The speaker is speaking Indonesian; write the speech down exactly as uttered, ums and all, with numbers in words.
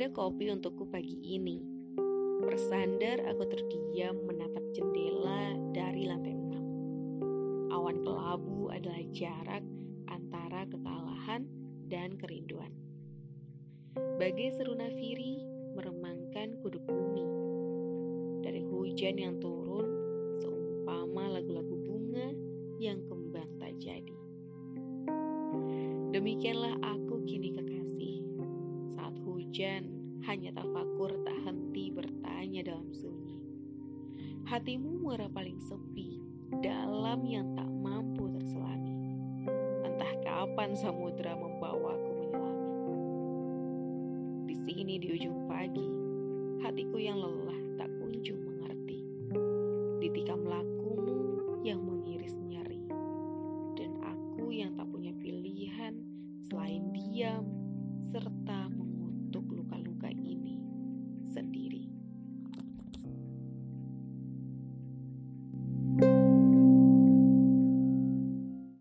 ada kopi untukku pagi ini. Bersandar aku terdiam menatap jendela dari lantai enam. Awan kelabu adalah jarak antara kekalahan dan kerinduan. Bagai seru nafiri meremangkan kuduk bumi. Dari hujan yang turun seumpama lagu-lagu bunga yang kembang tak jadi. Demikianlah aku kini kekasih. Saat hujan hanya tafakur tak henti bertanya dalam sunyi. Hatimu muara paling sepi, dalam yang tak mampu terselami. Entah kapan samudra membawaku menyelami. Di sini di ujung pagi, hatiku yang lelah tak kunjung mengerti. Ditikam lakumu yang mengiris nyeri, dan aku yang tak